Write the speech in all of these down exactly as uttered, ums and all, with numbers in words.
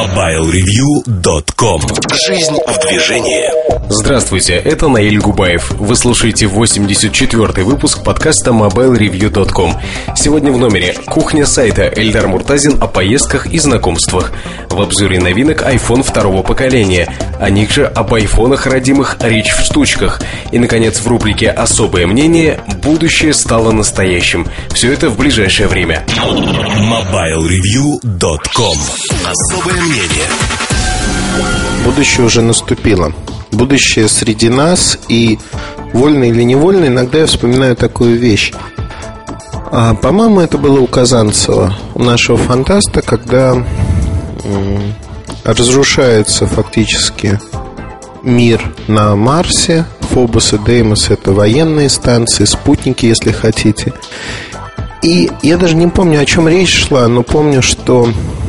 мобайл ревью точка ком. Жизнь в движении. Здравствуйте, это Наиль Губаев. Вы слушаете восемьдесят четвёртый выпуск подкаста мобайл ревью точка ком. Сегодня в номере кухня сайта. Эльдар Муртазин о поездках и знакомствах. В обзоре новинок iPhone второго поколения. О них же об айфонах родимых речь в штучках. И, наконец, в рубрике «Особое мнение» будущее стало настоящим. Все это в ближайшее время. мобайл ревью точка ком. Особое мнение. Будущее уже наступило. Будущее среди нас, и вольно или невольно иногда я вспоминаю такую вещь. а, По-моему, это было у Казанцева, у нашего фантаста, когда м- разрушается фактически мир на Марсе. Фобос и Деймос — это военные станции, спутники, если хотите. И я даже не помню, о чем речь шла, но помню, что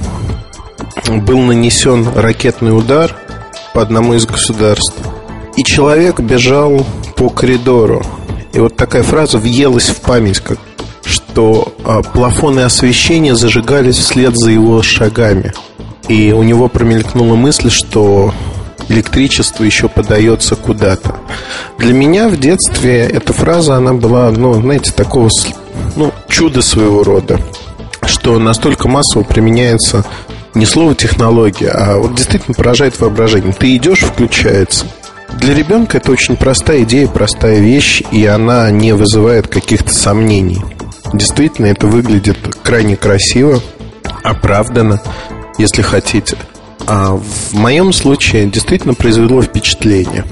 был нанесен ракетный удар по одному из государств, и человек бежал по коридору. И вот такая фраза въелась в память, как, что а, плафоны освещения зажигались вслед за его шагами. И у него промелькнула мысль, что электричество еще подается куда-то. Для меня в детстве эта фраза, она была, ну, знаете, такого, ну, чуда своего рода, что настолько массово применяется не слово технология, а вот действительно поражает воображение. Ты идешь, включается. Для ребенка это очень простая идея, простая вещь, и она не вызывает каких-то сомнений. Действительно, это выглядит крайне красиво, оправданно, если хотите. А в моем случае действительно произвело впечатление,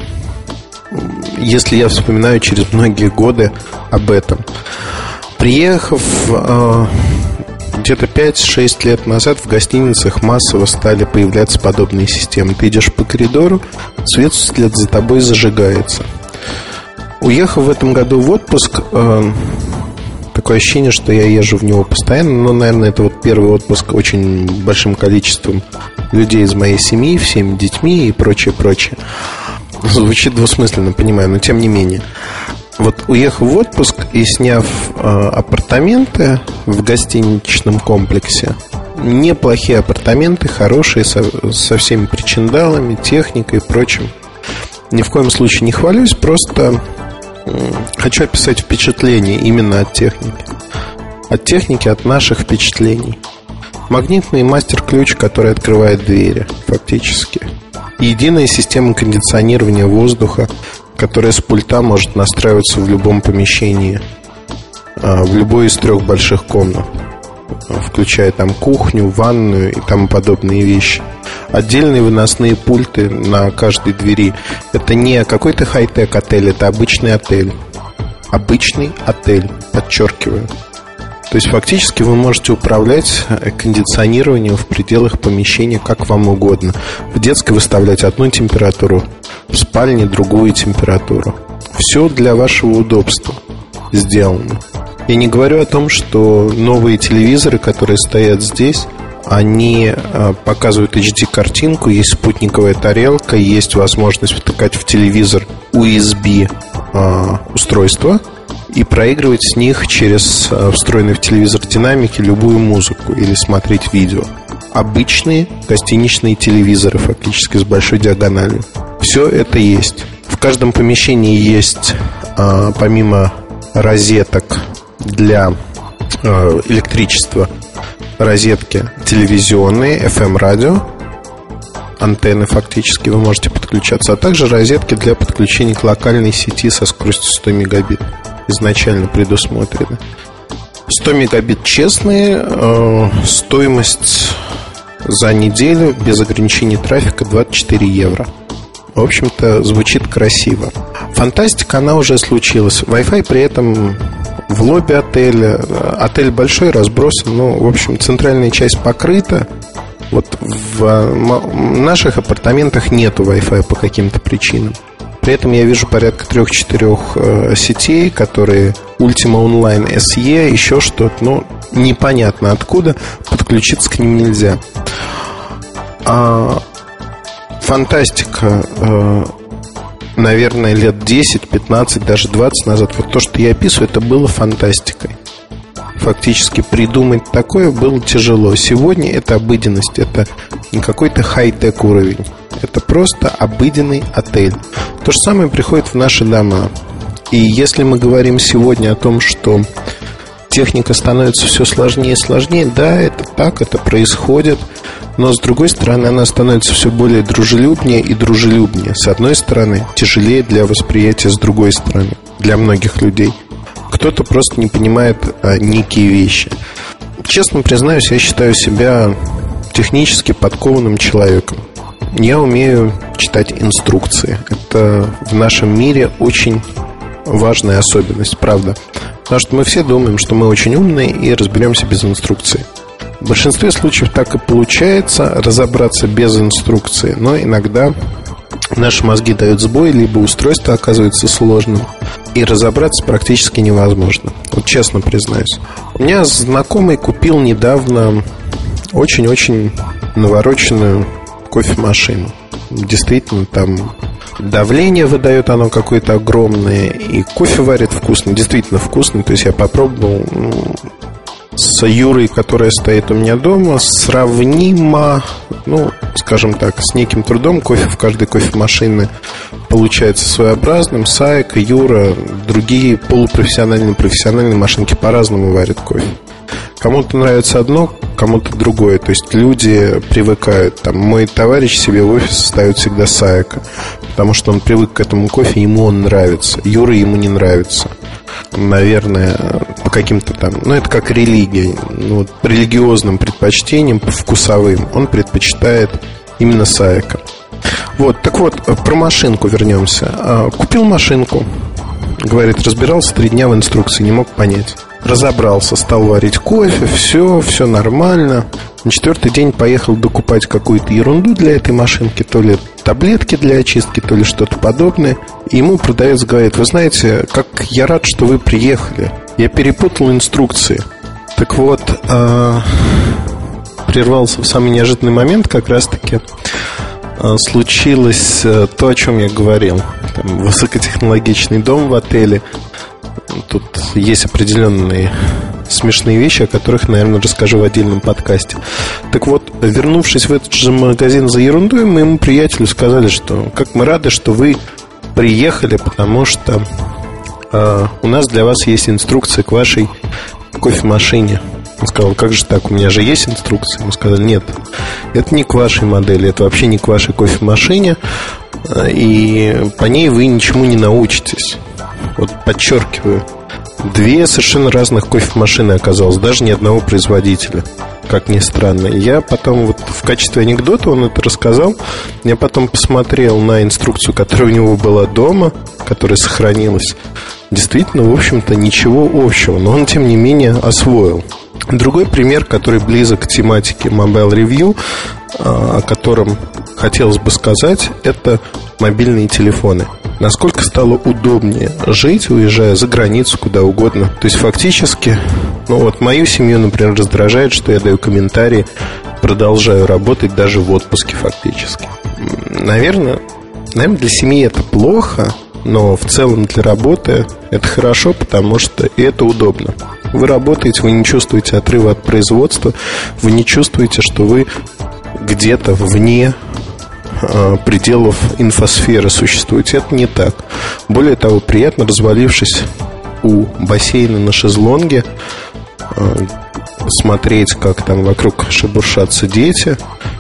если я вспоминаю через многие годы об этом. Приехав э, где-то пять-шесть лет назад, в гостиницах массово стали появляться подобные системы. Ты идешь по коридору, свет вслед за тобой зажигается. Уехав в этом году в отпуск, э, такое ощущение, что я езжу в него постоянно. Но, наверное, это вот первый отпуск очень большим количеством людей из моей семьи, всеми детьми и прочее, прочее. Звучит двусмысленно, понимаю, но тем не менее. Вот уехав в отпуск и сняв э, апартаменты в гостиничном комплексе, неплохие апартаменты, хорошие, со, со всеми причиндалами, техникой и прочим. Ни в коем случае не хвалюсь, просто э, хочу описать впечатление именно от техники. От техники, от наших впечатлений. Магнитный мастер-ключ, который открывает двери, фактически. Единая система кондиционирования воздуха, которая с пульта может настраиваться в любом помещении, в любой из трех больших комнат, включая там кухню, ванную и тому подобные вещи. Отдельные выносные пульты на каждой двери. Это не какой-то хай-тек отель, это обычный отель. Обычный отель, подчеркиваю. То есть фактически вы можете управлять кондиционированием в пределах помещения как вам угодно. В детской выставлять одну температуру, в спальне другую температуру. Все для вашего удобства сделано. Я не говорю о том, что новые телевизоры, которые стоят здесь, они показывают эйч ди-картинку, есть спутниковая тарелка, есть возможность втыкать в телевизор ю эс би устройство и проигрывать с них через встроенный в телевизор динамики любую музыку или смотреть видео. Обычные гостиничные телевизоры, фактически с большой диагональю. Все это есть. В каждом помещении есть, помимо розеток для электричества, розетки телевизионные, эф эм-радио, антенны фактически вы можете подключаться, а также розетки для подключения к локальной сети со скоростью сто мегабит. Изначально предусмотрены. сто мегабит честные, э, стоимость за неделю без ограничений трафика двадцать четыре евро. В общем-то, звучит красиво. Фантастика, она уже случилась. Wi-Fi при этом в лобби отеля. Отель большой, разбросан. Ну, в общем, центральная часть покрыта. Вот в наших апартаментах нету Wi-Fi по каким-то причинам. При этом я вижу порядка трех-четырех э, сетей, которые Ultima Online эс и, еще что-то, ну, непонятно откуда, подключиться к ним нельзя. А, фантастика, э, наверное, лет десять, пятнадцать, даже двадцать назад, вот то, что я описываю, это было фантастикой. фактически придумать такое было тяжело. Сегодня это обыденность, это не какой-то хай-тек уровень. Это просто обыденный отель. То же самое приходит в наши дома. И если мы говорим сегодня о том, что техника становится все сложнее и сложнее, да, это так, это происходит. Но с другой стороны, она становится все более дружелюбнее и дружелюбнее. С одной стороны, тяжелее для восприятия, с другой стороны, для многих людей. Кто-то просто не понимает а, некие вещи. Честно признаюсь, я считаю себя технически подкованным человеком. Я умею читать инструкции. Это в нашем мире очень важная особенность, правда. Потому что мы все думаем, что мы очень умные и разберемся без инструкции. В большинстве случаев так и получается разобраться без инструкции. Но иногда наши мозги дают сбой, либо устройство оказывается сложным, и разобраться практически невозможно. Вот честно признаюсь. У меня знакомый купил недавно очень-очень навороченную кофемашину. Действительно, там давление выдает оно какое-то огромное, и кофе варит вкусно, действительно вкусно. То есть я попробовал, ну, с Юрой, которая стоит у меня дома, сравнимо, ну, скажем так, с неким трудом. Кофе в каждой кофемашине получается своеобразным. Сайка, Юра, другие полупрофессиональные, профессиональные машинки по-разному варят кофе. Кому-то нравится одно, кому-то другое. То есть люди привыкают. Там, мой товарищ себе в офис ставит всегда Сайка, потому что он привык к этому кофе, ему он нравится. Юра ему не нравится. Наверное, по каким-то там, ну, это как религия, ну, вот, по религиозным предпочтениям, по вкусовым, он предпочитает именно Сайка. Вот, так вот, про машинку вернемся. Купил машинку, говорит, разбирался три дня в инструкции, не мог понять. Разобрался, стал варить кофе, все, все нормально. На четвертый день поехал докупать какую-то ерунду для этой машинки, то ли таблетки для очистки, то ли что-то подобное. И ему продавец говорит: вы знаете, как я рад, что вы приехали. Я перепутал инструкции. Так вот, а, прервался в самый неожиданный момент, как раз-таки а, случилось а, то, о чем я говорил. Там высокотехнологичный дом в отеле. Тут есть определенные смешные вещи, о которых, наверное, расскажу в отдельном подкасте. Так вот, вернувшись в этот же магазин за ерундой, моему приятелю сказали, что как мы рады, что вы приехали, потому что э, у нас для вас есть инструкция к вашей кофемашине. Он сказал: как же так, у меня же есть инструкция. Мы сказали: нет, это не к вашей модели, это вообще не к вашей кофемашине, и по ней вы ничему не научитесь. Вот подчеркиваю, две совершенно разных кофемашины оказалось, даже ни одного производителя, как ни странно. Я потом, вот в качестве анекдота он это рассказал. Я потом посмотрел на инструкцию, которая у него была дома, которая сохранилась. Действительно, в общем-то, ничего общего, но он, тем не менее, освоил. Другой пример, который близок к тематике Mobile Review, о котором хотелось бы сказать, это мобильные телефоны. Насколько стало удобнее жить, уезжая за границу, куда угодно. То есть фактически, ну вот мою семью, например, раздражает, что я даю комментарии, продолжаю работать даже в отпуске фактически. Наверное, наверное, для семьи это плохо, но в целом для работы это хорошо, потому что и это удобно. Вы работаете, вы не чувствуете отрыва от производства, вы не чувствуете, что вы где-то вне э, пределов инфосферы существуете. Это не так. Более того, приятно, развалившись у бассейна на шезлонге, э, смотреть, как там вокруг шебуршатся дети,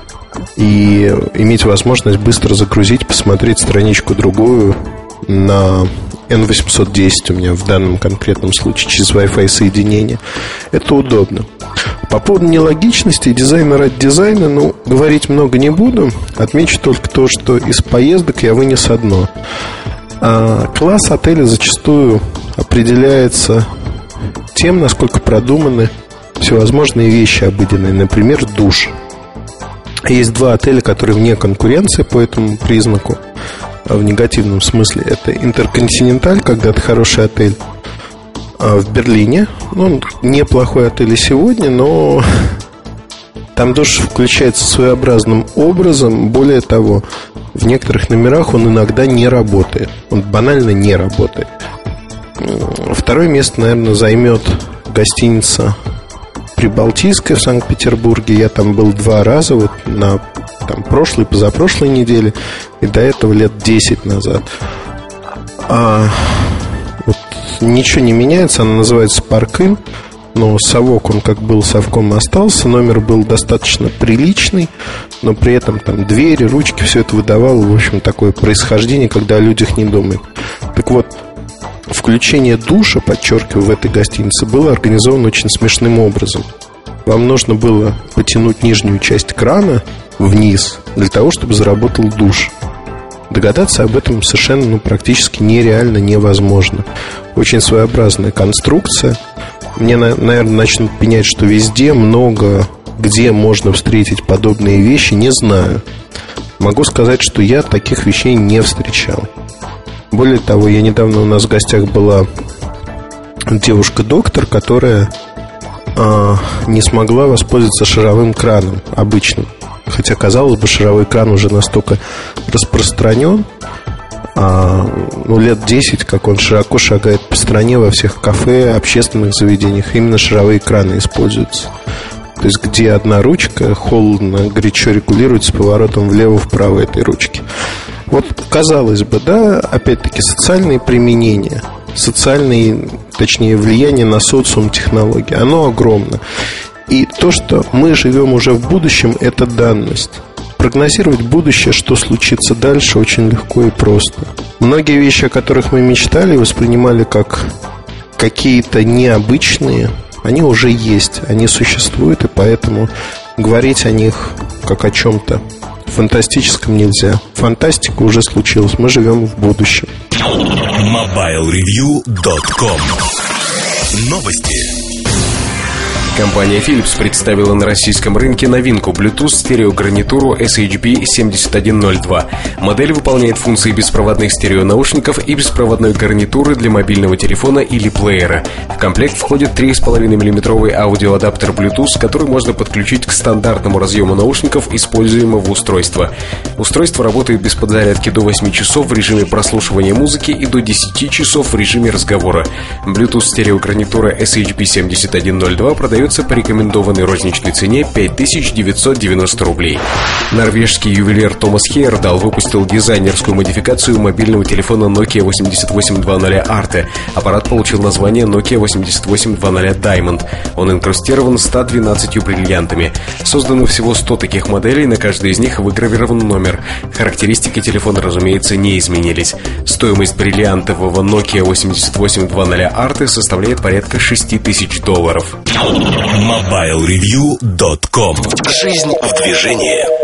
и иметь возможность быстро загрузить, посмотреть страничку другую на эн восемьсот десять у меня в данном конкретном случае через Wi-Fi соединение. Это удобно. По поводу нелогичности и дизайна ради дизайна, ну, говорить много не буду. Отмечу только то, что из поездок я вынес одно. а, Класс отеля зачастую определяется тем, насколько продуманы всевозможные вещи обыденные. Например, душ. Есть два отеля, которые вне конкуренции по этому признаку, в негативном смысле. Это Интерконтиненталь, когда-то хороший отель в Берлине. Ну, он неплохой отель и сегодня, но там душ включается своеобразным образом. Более того, в некоторых номерах он иногда не работает. Он банально не работает. Второе место, наверное, займет гостиница Прибалтийская в Санкт-Петербурге. Я там был два раза, вот на там, прошлой, позапрошлой неделе, и до этого лет десять назад. А, вот, ничего не меняется, она называется Парк-Ин, но совок, он как был совком, остался. Номер был достаточно приличный, но при этом там двери, ручки, все это выдавало, в общем, такое происхождение, когда о людях не думают. Так вот, включение душа, подчеркиваю, в этой гостинице было организовано очень смешным образом. Вам нужно было потянуть нижнюю часть крана вниз для того, чтобы заработал душ. Догадаться об этом совершенно, ну, практически нереально, невозможно. Очень своеобразная конструкция. Мне, наверное, начнут пенять, что везде много, где можно встретить подобные вещи, не знаю. Могу сказать, что я таких вещей не встречал. Более того, я недавно, у нас в гостях была девушка-доктор, которая а, не смогла воспользоваться шаровым краном обычным. Хотя, казалось бы, шаровой кран уже настолько распространен, а, ну, лет десять, как он широко шагает по стране, во всех кафе, общественных заведениях именно шаровые краны используются. То есть, где одна ручка холодно, горячо регулируется поворотом влево-вправо этой ручки. Вот, казалось бы, да, опять-таки, социальные применения, социальные, точнее, влияние на социум технологий, оно огромно. И то, что мы живем уже в будущем, это данность. Прогнозировать будущее, что случится дальше, очень легко и просто. Многие вещи, о которых мы мечтали и воспринимали как какие-то необычные, они уже есть, они существуют, и поэтому говорить о них как о чем-то фантастическом нельзя. Фантастика уже случилась, мы живем в будущем. мобайл ревью точка ком. Новости. Компания Philips представила на российском рынке новинку Bluetooth стереогарнитуру эс эйч би семьдесят один ноль два. Модель выполняет функции беспроводных стереонаушников и беспроводной гарнитуры для мобильного телефона или плеера. В комплект входит три и пять миллиметровый аудиоадаптер Bluetooth, который можно подключить к стандартному разъему наушников, используемого устройства. Устройство работает без подзарядки до восьми часов в режиме прослушивания музыки и до десяти часов в режиме разговора. Bluetooth стереогарнитура эс эйч би семьдесят один ноль два продается по рекомендованной розничной цене пять тысяч девятьсот девяносто рублей. Норвежский ювелир Томас Хейердал выпустил дизайнерскую модификацию мобильного телефона Nokia восемьдесят восемь двадцать Arte. Аппарат получил название Nokia восемьдесят восемь двадцать Diamond. Он инкрустирован ста двенадцатью бриллиантами. Создано всего сто таких моделей, на каждой из них выгравирован номер. Характеристики телефона, разумеется, не изменились. Стоимость бриллиантового Nokia восемьдесят восемь двадцать Arte составляет порядка шесть тысяч долларов. мобайл ревью точка ком. Жизнь в движении.